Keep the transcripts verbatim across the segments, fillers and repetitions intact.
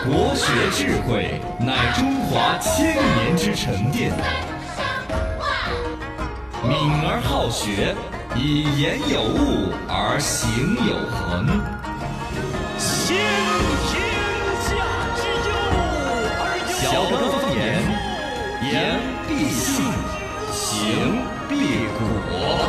国学智慧乃中华千年之沉淀。敏而好学，以言有物而行有恒。先天下之忧而忧。小德方言，言必信，行必果。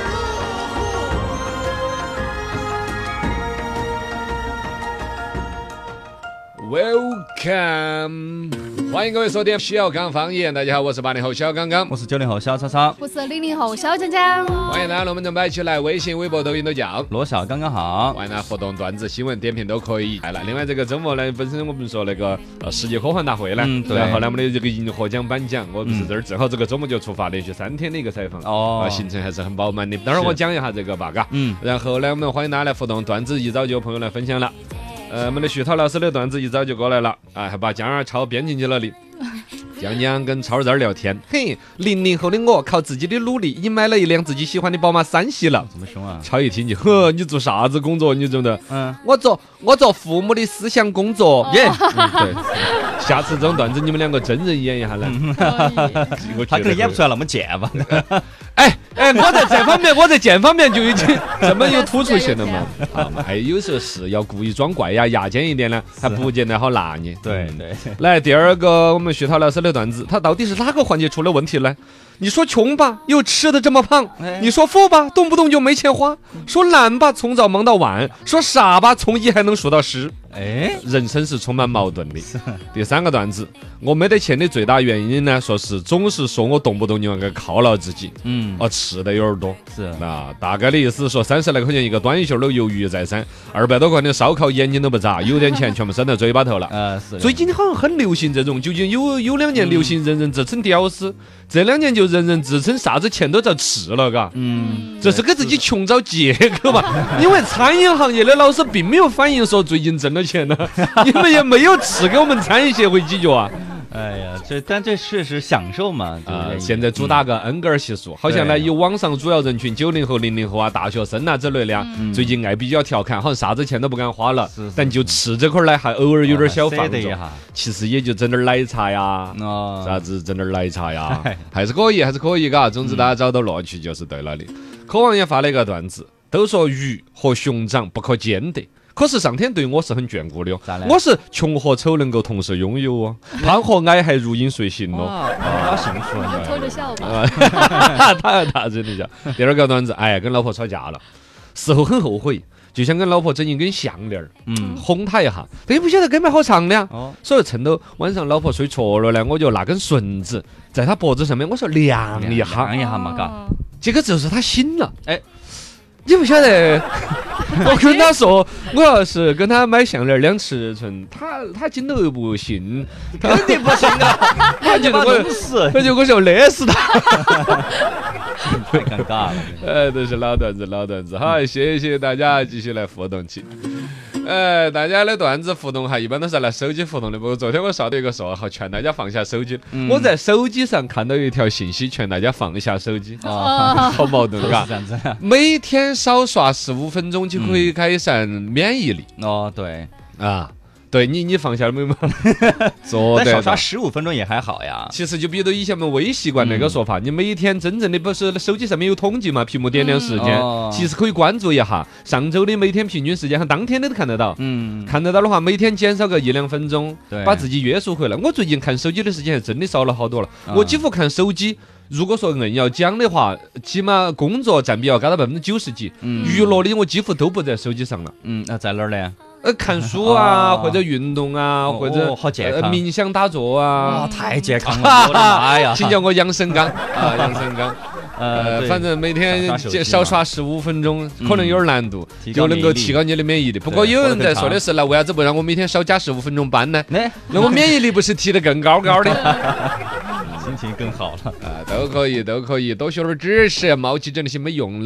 Welcome， 欢迎各位收听小刚方言。大家好，我是八零后小刚刚， 我是九零后小超超， 我是零零后小江江。 欢迎大家龙门阵摆起来，微信、微博、抖音都叫罗小刚刚好。 欢迎大家互动、段子、新闻、点评都可以。来了，另外这个周末呢，本身我们说那个呃世界科幻大会呢， 嗯对然后呢我们的这个银河奖颁奖，我不是这儿正好这个周末就出发，连续三天的一个采访， 哦啊行程还是很饱满的。等会儿我讲一下这个吧，嘎。 嗯， 然后呢，我们欢迎大家来互动，段子一早就有朋友来分享了。呃，我们的徐涛老师的段子一早就过来了，哎，还把江儿超编进去了的。江江跟超儿在那儿聊天，嘿，零零后的我靠自己的努力，已买了一辆自己喜欢的宝马三系了。 这么凶啊？ 超一听就，呵，你做啥子工作？你真的？ 嗯， 我做我做父母的思想工作，耶、嗯。对，下次这种段子你们两个真人演一下来。我他可能演不出来那么贱吧？ 哎哎，我在这方面，我在贱方面就已经这么有突出性了嘛。好嘛，哎，有时候是要故意装怪呀，牙尖一点呢，还不见得好拿捏。 对对。 来，第二个我们徐涛老师的段子，他到底是哪个环节出了问题呢？你说穷吧，又吃的这么胖；你说富吧，动不动就没钱花；说懒吧，从早忙到晚；说傻吧，从一还能数到十。 哎， 人生是充满矛盾的。第三个段子，我没得钱的最大原因呢，说是总是说我动不动就要给犒劳自己， 嗯， 哦，吃的有点多。 是， 那大概的意思说，三十来块钱一个短袖的鱿鱼在山，二百多块的烧烤眼睛都不眨，有点钱全部伸到嘴巴头了。 呃，是。 最近好像很流行这种，究竟有有两年流行人人自称屌丝，这两年就人人自称啥子钱都在吃了，嘎。 嗯， 这是给自己穷找借口吧？因为餐饮行业的老师并没有反映说最近挣了钱呢，你们也没有吃给我们餐饮协会几脚啊。 哎呀，这但这确实享受嘛。 啊、呃，现在主打个恩格尔系数，好像呢有网上主要人群九零后、零零后啊、大学生啊之类的啊，嗯、最近爱比较调侃，好像啥子钱都不敢花了， 是是是但就吃这块儿呢，还偶尔有点小放纵。 哦、 其实也就整点奶茶呀，哦、啥子整点奶茶呀，还是可以，还是可以，嘎。总之大家找到乐趣就是对了的。科王也发了一个段子，都说鱼和熊掌不可兼得。可是上天对我是很眷顾的哟，我是穷和丑能够同时拥有哦，胖和矮还如影随形哦， 好幸福啊！ 你偷着笑吧。 他他真的笑。第二个段子，哎，跟老婆吵架了，事后很后悔，就想跟老婆整一根项链，嗯，哄她一下，但也不晓得根本好长的，哦，所以趁到晚上老婆睡着了呢，我就拿根绳子在她脖子上面，我说量一下， 量一下嘛，嘎， 结果就是她醒了，哎。你不晓得，我跟他说，我要是跟他买项链量尺寸，他他镜头又不信， 肯定不信啊！ 他就我弄死，他就我说勒死他， 太尴尬了。 呃，都是老段子，老段子，好，谢谢大家继续来互动起。呃，大家的段子互动哈，一般都是来手机互动的。不过昨天我刷到一个说号，劝大家放下手机。嗯、我在手机上看到一条信息，劝大家放下手机。 哦， 好矛盾，嘎。 这样子。 每天少刷十五分钟就可以改善免疫力。 嗯、哦，对啊。对你，你放下了没有嘛？做但少刷十五分钟也还好呀。 其实就比如以前我们微习惯那个说法，嗯、你每天真正的不是手机上面有统计嘛，屏幕点亮时间，嗯哦、其实可以关注一下上周的每天平均时间和当天的都看得到。嗯，看得到的话，每天减少个一两分钟，把自己约束回来。我最近看手机的时间还真的少了好多了，嗯、我几乎看手机。如果说硬要讲的话，起码工作占比要高到百分之九十几，嗯、娱乐的我几乎都不在手机上了。 嗯，那在哪儿呢？ 呃，看书啊，哦、或者运动啊， 哦、 或者好健康、 呃、冥想打坐啊， 哇，太健康了！我的妈呀， 请叫我杨神刚啊，杨神刚。呃，反正每天少刷十五分钟，可能有点难度，嗯、就能够提高你的免疫力。不过有人在说的是，那为啥子不让我每天少加十五分钟班呢？那我免疫力不是提得更高高的？ 心情更好了啊，都可以，都可以，多学点知识，冒起这些没用的。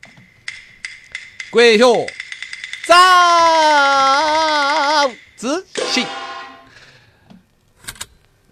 国学早自习。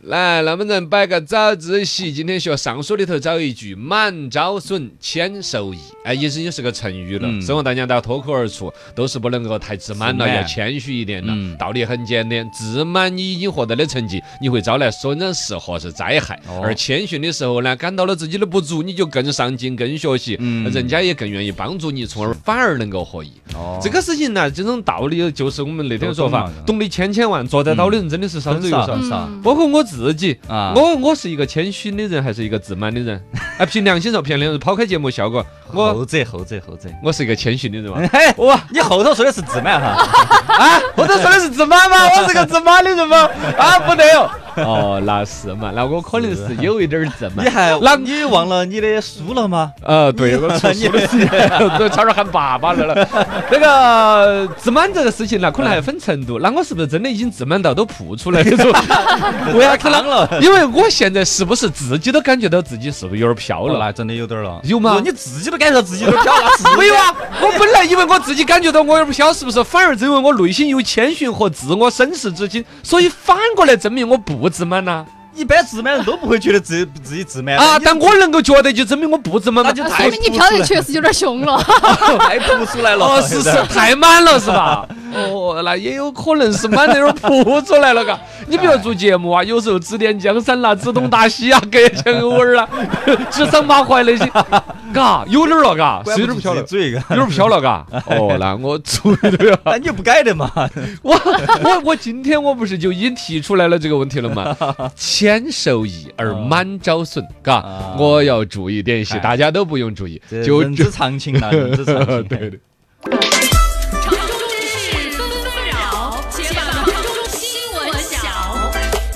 来，那么人摆个早自习，今天学上书里头找一句“满招损，谦受益”，哎，也是也是个成语了。希望大家都要脱口而出，都是不能够太自满了，要谦虚一点了。道理很简单，自满你已经获得的成绩，你会招来损失或是灾害；而谦逊的时候呢，感到了自己的不足，你就更上进、更学习，人家也更愿意帮助你，从而反而能够获益。这个事情呢，这种道理就是我们那天说法，懂得千千万，做得到的人真的是少之又少。包括我自己啊，我我是一个谦虚的人，还是一个自满的人？哎，凭良心说，凭良心抛开节目效果，我后者后者后者， 我是一个谦虚的人嘛。 嘿，哇，你后头说的是自满哈？ 啊，后头说的是自满吗？我是个自满的人吗？啊，不得哟。哦，那是嘛，那我可能是有一点自满。 你还那你忘了你的书了吗？ 呃，对，我出书的时间都差点喊爸爸来了。那个自满这个事情呢，可能还分程度。那我是不是真的已经自满到都吐出来那种？不要看了，因为我现在是不是自己都感觉到自己是不是有点飘了？ 那真的有点了。 有吗？ 你自己都感觉到自己有点飘了？ 没有啊，我本来以为我自己感觉到我有点飘，是不是？反而因为我内心有谦逊和自我审视之心，所以反过来证明我不自满呐。 一般自满人都不会觉得自己自己自满啊，但我能够觉得，就证明我不自满嘛。 那就说明你飘的确实有点凶了， 太吐出来了。 哦，是是，太满了是吧？哦，那也有可能是满的有点扑出来了，嘎。你比如做节目啊，有时候指点江山啦，指东打西啊，隔墙有耳啊，指桑骂槐那些，嘎，有点了，嘎，是有点飘了， 嘴个， 有点飘了，嘎。哦，那我注意了呀。 那你不改的嘛？ 我我我今天我不是就已经提出来了这个问题了吗？谦受益而满招损，嘎，我要注意点些，大家都不用注意， 就人之常情了，人之常情。 对对。 城中之事纷纷扰，且把城中新闻晓。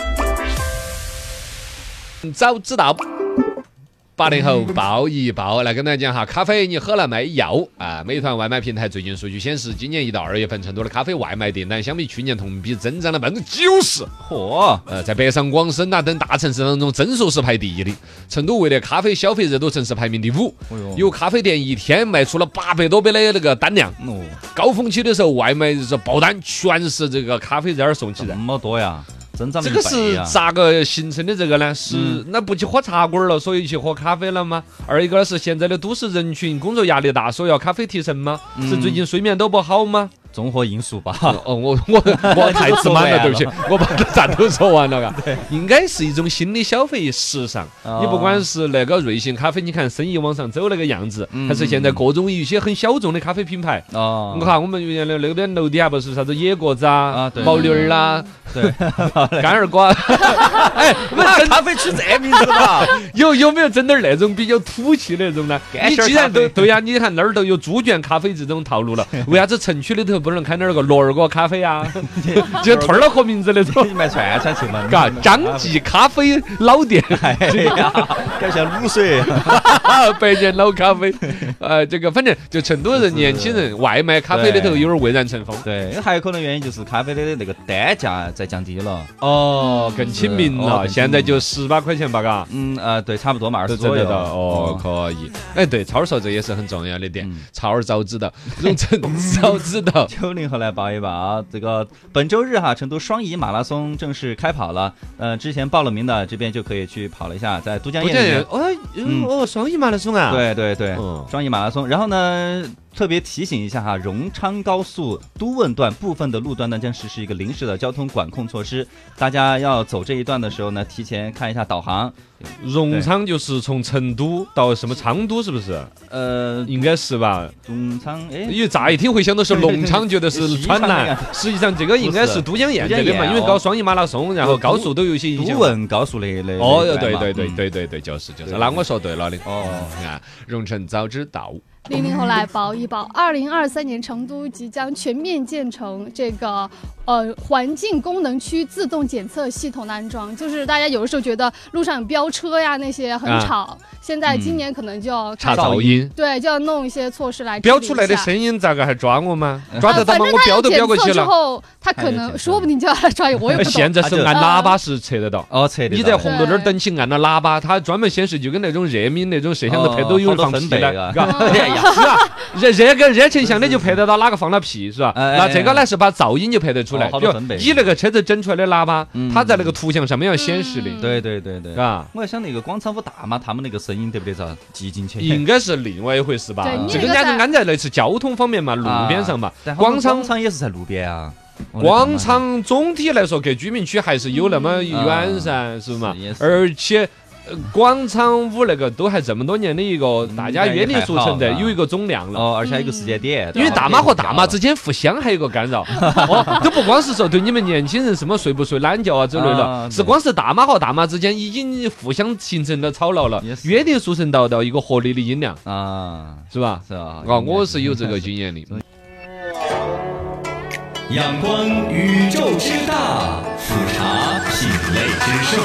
早知道。八零后报一报，来跟大家讲哈，咖啡你喝了没有啊？美团外卖平台最近数据显示，今年一到二月份，成都的咖啡外卖订单相比去年同比增长了百分之九十。嚯！呃，在北上广深啊等大城市当中，增速是排第一的。成都位列咖啡消费热度城市排名第五，有咖啡店一天卖出了八百多杯的那个单量。哦，高峰期的时候，外卖是爆单，全是这个咖啡在那儿送起的。 这么多呀！ 这个是咋个形成的？这个呢是、嗯、那不去喝茶馆了，所以去喝咖啡了吗？二一个是现在的都市人群工作压力大，所以要咖啡提神吗？嗯、是最近睡眠都不好吗？ 综合因素吧。 哦，我我我太自满了，对不起，我把啥都说完了嘎。应该是一种新的消费时尚。哦、你不管是那个瑞幸咖啡，你看生意往上走那个样子，嗯、还是现在各种一些很小众的咖啡品牌。哦，你看我们原来那边楼底下不是啥子野果子啊、毛驴儿啦， 对， 干儿瓜。哎， 我们咖啡取这名字吧？ 有有没有整点那种比较土气的那种呢？你既然都对呀，你看那儿都有猪圈咖啡这种套路了，为啥子城区里头不能开那儿个罗尔果咖啡啊？就吞儿了和名字那种， 卖串串去嘛？ 嘎，张记咖啡老店， 哎呀，感觉像卤水， 百年老咖啡。呃，这个反正就成都人年轻人外卖咖啡里头有点蔚然成风。 对，还有可能原因就是咖啡的那个单价在降低了。 哦，更亲民了，现在就十八块钱吧，嘎。 嗯呃，对，差不多嘛，二十左右。 哦，可以。哎，对，超儿说这也是很重要的点。超儿早知道，荣成早知道。 九零后来报一报，这个本周日哈，成都双乙马拉松正式开跑了。呃，之前报了名的这边就可以去跑了一下，在都江堰。 哦哦，双乙马拉松啊。 对对对，双乙马拉松。然后呢？特别提醒一下哈，荣昌高速都汶段部分的路段呢将实施一个临时的交通管控措施，大家要走这一段的时候呢，提前看一下导航。 荣昌就是从成都到什么昌都，是不是？呃，应该是吧。 荣昌，哎， 因为乍一听会想到是龙昌，觉得是川南，实际上这个应该是都江堰这边嘛，因为搞双乙马拉松，然后高速都有一些影响。 都汶高速的那哦，对对对对对对，就是就是，那我说对了的。哦，啊，荣成早知道。 零零后来报一报，二零二三年成都即将全面建成这个呃环境功能区自动检测系统的安装。就是大家有的时候觉得路上有飙车呀那些很吵，啊、 现在今年可能就要查噪音， 对，就要弄一些措施来标出来的声音咋个还抓我吗？抓得到吗？我标都标过去了。 之后，他可能说不定就要来抓我，也不懂。 现在是按喇叭是测得到， 哦，测得到。 你在红绿灯等起按了喇叭，它专门显示，就跟那种热敏那种摄像头拍都有人放屁了，是吧？热热个热成像的就拍得到哪个放了屁，是吧？那这个呢是把噪音就拍得出来，比如你那个车子整出来的喇叭，它在那个图像上面要显示的。 对对对对， 啊， 我在想那个广场舞大妈他们那个声音对不对？咋挤进去？ 应该是另外一回事吧？这个人家是安在类似交通方面嘛，路边上嘛。广场广场也是在路边啊。 广场总体来说，跟居民区还是有那么远噻，是嘛？而且。广场舞那个都还这么多年的一个大家约定俗成的，有一个总量了， 哦，而且还有一个时间点， 因为大妈和大妈之间互相还有一个干扰，哦，都不光是说对你们年轻人什么睡不睡懒觉啊之类的，是光是大妈和大妈之间已经互相形成了吵闹了，约定俗成到到一个合理的音量啊，是吧？ 是啊， 啊，我是有这个经验的。 阳光宇宙之大，俯察品类之盛。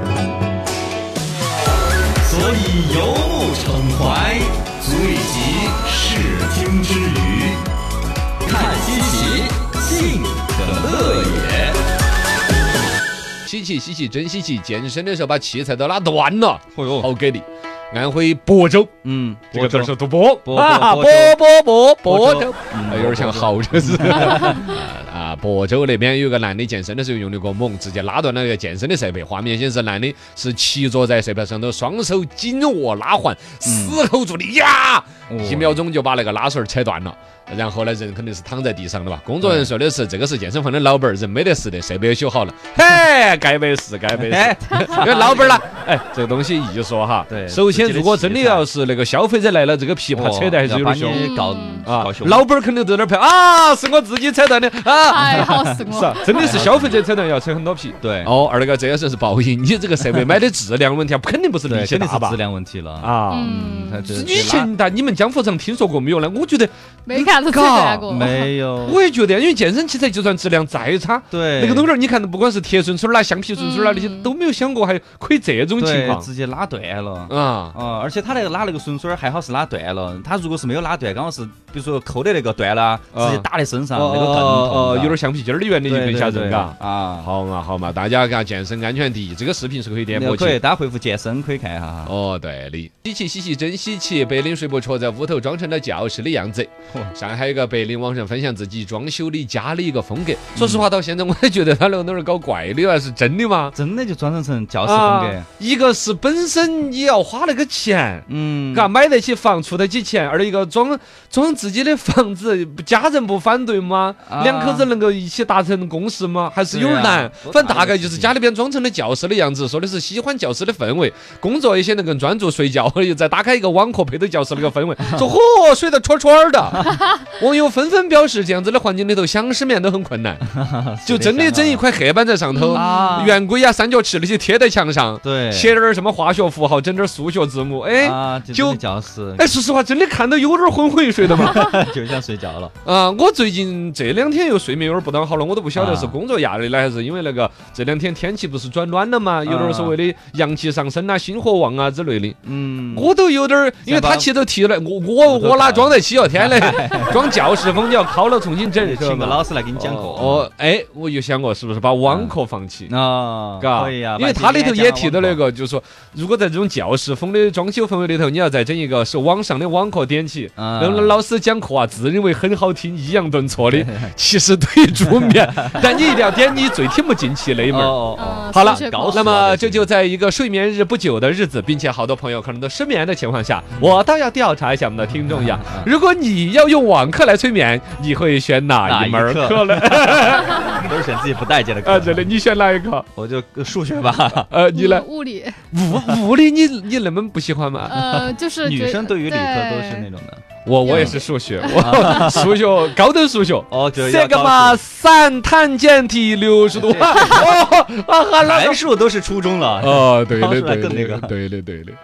所以游目骋怀，足以极视听之娱，看稀奇，性可乐也。 稀奇稀奇真稀奇！健身的时候把器材都拉断了，哦哟，好给力！安徽亳州，嗯，这个字是读亳，亳亳亳亳亳州，有点像豪车似的。啊，亳州那边有个男的健身的时候用了个猛，直接拉断了那个健身的设备。画面显示男的是骑坐在设备上头，双手紧握拉环，死口住力呀，一秒钟就把那个拉绳扯断了。然后呢，人肯定是躺在地上的吧？工作人员说的是，这个是健身房的老板，人没得事的，设备修好了。嘿，该没事，该没事。因为老板呢，哎，这个东西一说哈，对，首先如果真的要是那个消费者来了，这个琵琶扯得还是有点凶， 搞啊，老板肯定在那儿拍啊，是我自己扯断的啊， 太好死我， 是真的是消费者扯断要扯很多皮。 对， 哦，二个这个是是报应，你这个设备买的质量问题，肯定不是力气大吧？ 质量问题了啊。嗯，以前的你们江湖上听说过没有呢？我觉得没看到这个。 没有， 我也觉得，因为健身器材就算质量再差， 对那个东西儿，你看，不管是铁顺水啦、橡皮顺水啦，那些都没有想过还可以这种情况， 直接拉断了啊啊！而且他那个拉那个顺水还好是拉断了，他如果是没有拉断，刚好是比如说扣的那个断了，直接打在身上，那个更痛， 有点橡皮筋儿的原理就更吓人，嘎啊！ 好嘛好嘛，大家嘎健身安全第一，这个视频是可以点播起，可以大家回复健身可以看一下。 哦，对的，稀奇稀奇真稀奇，白领睡不着，在屋头装成了教室的样子。上海有个白领网上分享自己装修的家的一个风格。说实话，到现在我也觉得他那个哪儿搞怪的，还是真的吗？ 真的就装成成教室风格。 一个是本身你要花那个钱， 嗯， 嘎买得起房，出得起钱；而一个装装自己的房子，家人不反对吗？两口子能够一起达成共识吗？还是有点难。反正大概就是家里边装成了教室的样子，说的是喜欢教室的氛围，工作一些能够专注睡觉，又再打开一个网课配到教室那个氛围，说嚯睡得戳戳的。网友纷纷表示，这样子的环境里头想失眠都很困难，就真的整一块黑板在上头，圆规呀、三角尺那些贴在墙上， 对， 写点什么化学符号，整点数学字母，哎， 就教室， 哎，说实话，真的看到有点昏昏欲睡的嘛， 就想睡觉了。 啊，我最近这两天又睡眠有点不当好了，我都不晓得是工作压力呢，还是因为那个这两天天气不是转暖了嘛，有点所谓的阳气上升啊、心火旺啊之类的。嗯，我都有点，因为他气都提了，我我我哪装得起哦？天嘞，装教室风你要考了重新整， 请个老师来给你讲课。 哦，哎，我又想过是不是把网课放弃啊？ 嘎， 可以啊， 因为他里头也提到那个，就是说，如果在这种教室风的装修氛围里头，你要再整一个是网上的网课点起，让老师讲课啊，自认为很好听，抑扬顿挫的，其实对桌面，但你一定要点你最听不进去那一门。好了，那么这就在一个睡眠日不久的日子，并且好多朋友可能都失眠的情况下，我倒要调查一下我们的听众呀，如果你要用网课来催眠，你会选哪一门课呢？ 都是选自己不待见的课啊！ 真的，你选哪一个？ 我就数学吧。 呃，你呢？ 物理。 物物理你你那么不喜欢吗？ 呃，就是女生对于理科都是那种的。 我我也是数学，我数学高等数学。 哦， 这个嘛，三碳减体六十度。哦， 函数都是初中了。 哦，对的对的，对的对的。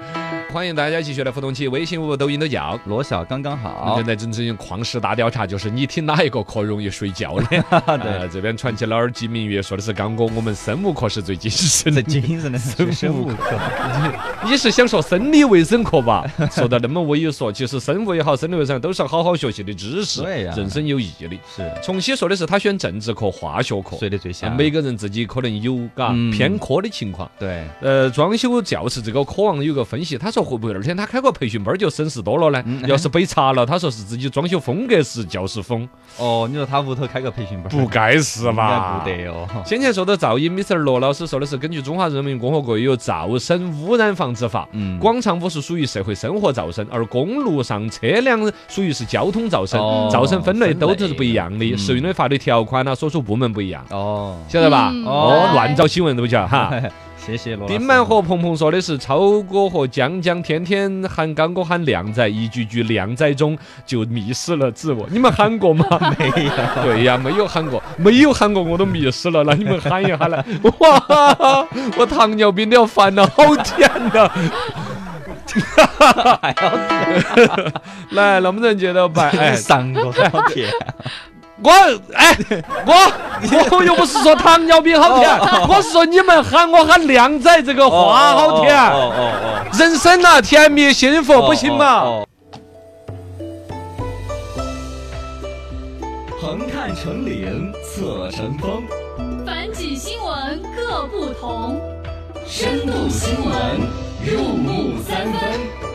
欢迎大家继续来互动起，微信、微博、抖音都叫。 罗小刚刚好。 正在进行旷视大调查，就是你听哪一个课容易睡觉呢？ 对、 呃，这边传起了耳机明月，说的是刚哥，我们生物课是最精神最精神的生物课。你是想说生理卫生课吧？说的那么猥琐，其实生物也好，生理卫生都是好好学习的知识， 对呀、啊， 人生有意义的。 是。 重启说的是他选政治课、化学课， 睡得最香。 每个人自己可能有嘎、嗯、偏科的情况。 对。 呃，装修教室这个科王有个分析，他说会不会那天他开个培训班就省事多了呢？嗯、要是被查了，他说是自己装修风格是教师风。 哦，你说他屋头开个培训班， 不该是吧？ 应该不得哦。 先前说的噪音 ，mister 罗老师说的是根据《中华人民共和国有噪声污染防治法》，嗯，广场舞是属于社会生活噪声，而公路上车辆属于是交通噪声， 哦、 噪声分类都是不一样的，适用的法律条款呢，所属部门不一样。 哦， 晓得吧？ 嗯、 哦，乱造新闻都叫哈。 谢谢罗老师。 丁满和鹏鹏说的是超哥和江江天天喊刚哥喊靓仔，一句句靓仔中就迷失了自我。你们喊过吗？ 没有。 对呀，没有喊过，没有喊过我都迷失了。那你们喊一下来。哇，我糖尿病都要犯了，好甜呐！ 还要甜。 来，能不能接着摆？哎， 三个还要甜。 我哎，我我又不是说糖尿病好甜，我是说你们喊我喊靓仔这个话好甜。 哦哦哦， 人生啊，甜蜜幸福，不行吗？ 横看成岭侧成峰， 反几新闻各不同， 深度新闻入木三分。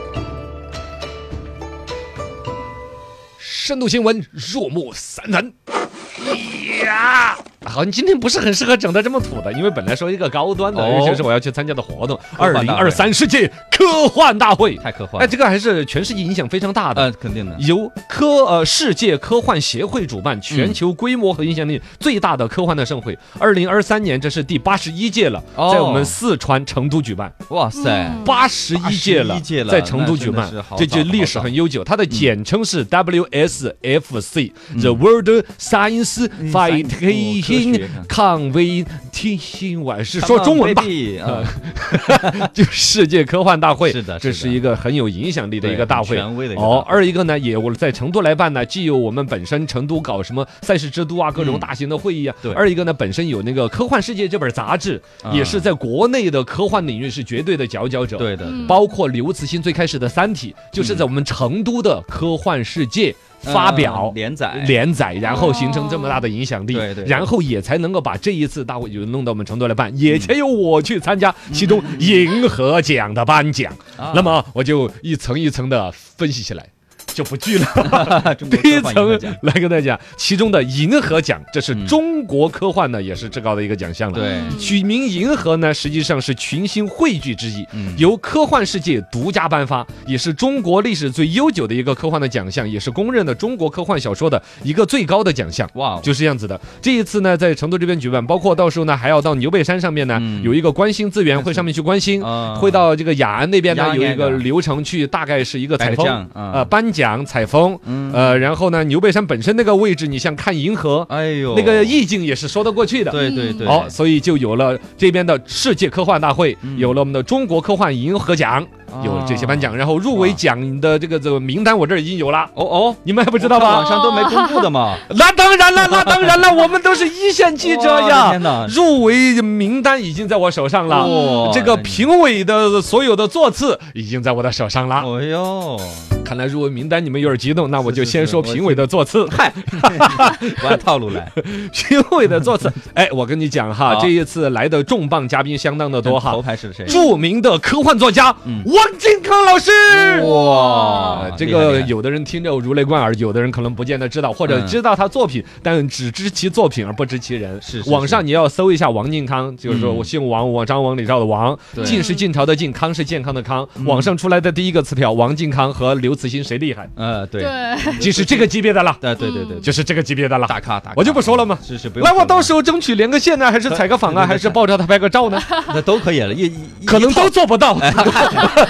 深度新闻入木三分呀！好，你今天不是很适合整的这么土的，因为本来说一个高端的，而且是我要去参加的活动——二零二三世界科幻大会， 太科幻！ 哎，这个还是全世界影响非常大的， 呃，肯定的。 由科呃世界科幻协会主办，全球规模和影响力最大的科幻的盛会。二零二三年，这是第八十一届了，在我们四川成都举办。 哇塞， 八十一届了，在成都举办，这就历史很悠久。它的简称是 W S F C，The World Science Fighting抗危提醒万事，说中文吧，就世界科幻大会， 是的， 这是一个很有影响力的一个大会。 权威的哦，二一个呢，也我在成都来办呢，既有我们本身成都搞什么赛事之都啊，各种大型的会议啊。 对。 二一个呢，本身有那个《科幻世界》这本杂志，也是在国内的科幻领域是绝对的佼佼者。 对的。 包括刘慈欣最开始的《三体》，就是在我们成都的科幻世界发表、 嗯、连载连载，然后形成这么大的影响力， 对对， 然后也才能够把这一次大会就弄到我们成都来办，也才有我去参加其中银河奖的颁奖。那么我就一层一层的分析起来。就不剧了。第一层来跟大家，其中的银河奖，这是中国科幻呢也是至高的一个奖项了。 对， 取名银河呢，实际上是群星汇聚之意，由科幻世界独家颁发，也是中国历史最悠久的一个科幻的奖项，也是公认的中国科幻小说的一个最高的奖项。哇，就是这样子的。这一次呢，在成都这边举办，包括到时候呢还要到牛背山上面呢，有一个观星资源会上面去观星，会到这个雅安那边呢有一个流程去，大概是一个采风呃颁奖。采风，呃，然后呢，牛背山本身那个位置，你像看银河，哎呦，那个意境也是说得过去的。 对对对。 好，所以就有了这边的世界科幻大会，有了我们的中国科幻银河奖。有这些颁奖，然后入围奖的这个这个名单我这儿已经有了。哦哦，你们还不知道吗？ 网上都没公布的嘛。 那当然了，那当然了，我们都是一线记者呀。天哪，入围名单已经在我手上了，这个评委的所有的座次已经在我的手上了。哎呦，看来入围名单你们有点激动，那我就先说评委的座次。嗨， 我按套路来。 评委的座次，哎，我跟你讲哈，这一次来的重磅嘉宾相当的多哈。 头牌是谁？ 著名的科幻作家王靖康老师。哇，这个有的人听着如雷贯耳，有的人可能不见得知道，或者知道他作品，但只知其作品而不知其人。是，网上你要搜一下王靖康，就是说我姓王，我张王李赵的王，晋是晋朝的晋，康是健康的康。网上出来的第一个词条，王靖康和刘慈欣谁厉害？呃，对，就是这个级别的了。对对对对，就是这个级别的了。大咖大咖，我就不说了嘛。是是，不用。来，我到时候争取连个线呢，还是采个访啊，还是抱着他拍个照呢？ 那都可以了，也可能都做不到。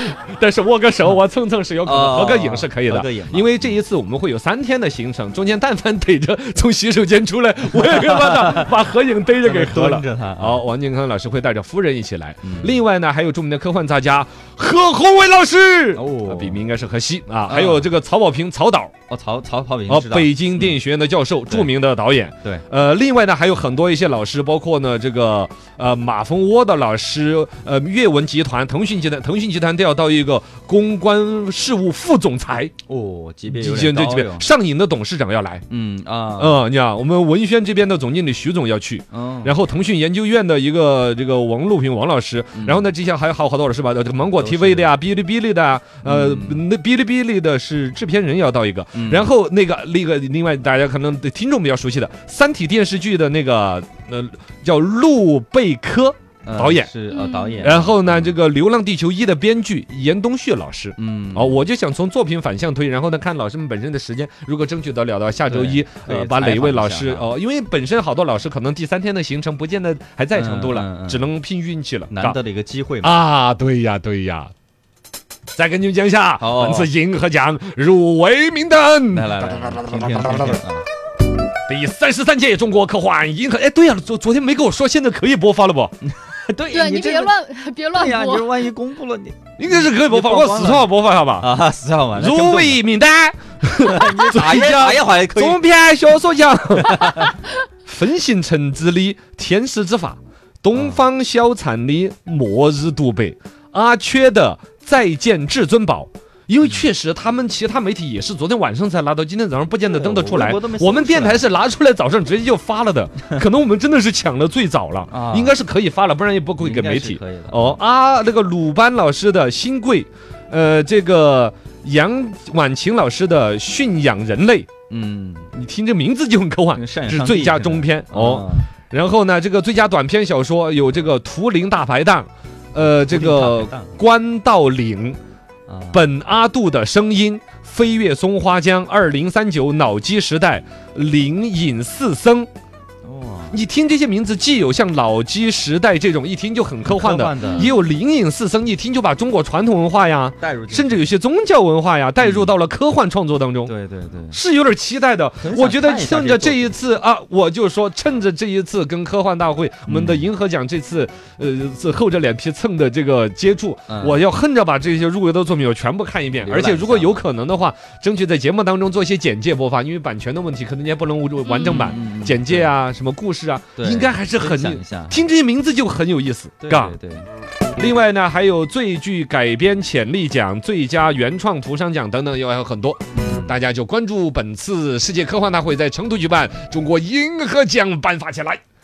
但是握个手，我蹭蹭是有可能，合个影是可以的。因为这一次我们会有三天的行程，中间但凡逮着从洗手间出来，我也给他把合影逮着给合了。好，王健康老师会带着夫人一起来。另外呢，还有著名的科幻作家何宏伟老师，哦，笔名应该是何西啊，还有这个曹保平、曹导。 哦，曹曹保平哦，北京电影学院的教授，著名的导演。 对， 呃，另外呢还有很多一些老师，包括呢这个呃马蜂窝的老师，呃阅文集团、腾讯集团、腾讯集团都要到一个公关事务副总裁哦，级别有点高哟。 上影的董事长要来， 嗯啊， 嗯，你看我们文轩这边的总经理徐总要去， 嗯， 然后腾讯研究院的一个这个王路平王老师，然后呢这些还有还有好多老师吧，这个芒果 T V 的呀，哔哩哔哩的，呃，那哔哩哔哩的是制片人要到一个，然后那个。那个，另外大家可能对听众比较熟悉的《三体》电视剧的那个呃叫陆贝科导演、 嗯、是呃导演， 然后呢，这个《流浪地球一》的编剧严冬旭老师， 嗯， 哦，我就想从作品反向推，然后呢，看老师们本身的时间，如果争取得了的话，下周一呃把哪位老师哦，因为本身好多老师可能第三天的行程不见得还在成都了，嗯嗯嗯、只能拼运气了， 难得的一个机会嘛啊，对呀，对呀。再跟你们讲一下，本次银河奖入围名单。 来来来，听听听听啊！ 第三十三届中国科幻银河，哎，对呀，昨昨天没跟我说，现在可以播发了不？ 对， 对你别乱别乱播，你万一公布了，你应该是可以播发，我四川话播发好吧？ 啊，四川话。 入围名单， 打一打一会可以。 中篇小说奖，分形橙子的《天使之法》，东方小灿的《末日独白》。阿缺的再见至尊宝，因为确实他们其他媒体也是昨天晚上才拿到，今天早上不见得登得出来。我们电台是拿出来早上直接就发了的，可能我们真的是抢了最早了，应该是可以发了，不然也不会给媒体。哦啊，那个鲁班老师的新贵，呃，这个杨婉晴老师的驯养人类， 嗯， 你听这名字就很科幻，是最佳中篇哦。然后呢，这个最佳短篇小说有这个《图灵大排档》。呃，这个关道岭、啊、本阿杜的声音、飞越松花江、二零三九脑机时代、灵隐四僧。你听这些名字，既有像老鸡时代这种一听就很科幻 的, 科幻的也有灵隐四僧，一听就把中国传统文化呀带入，甚至有些宗教文化呀带入到了科幻创作当中。 对对对， 是有点期待的。我觉得趁着这一次啊，我就说趁着这一次跟科幻大会、嗯、我们的银河奖这次呃厚着脸皮蹭的这个接触、嗯，我要恨着把这些入围的作品我全部看一遍，而且如果有可能的话，争取在节目当中做一些简介播放，因为版权的问题，可能也不能完整版、嗯、简介啊，什么故事啊，应该还是很听这些名字就很有意思， 对对对。 另外呢，还有最具改编潜力奖、最佳原创图商奖等等，也还有很多。大家就关注本次世界科幻大会在成都举办，中国银河奖颁发起来。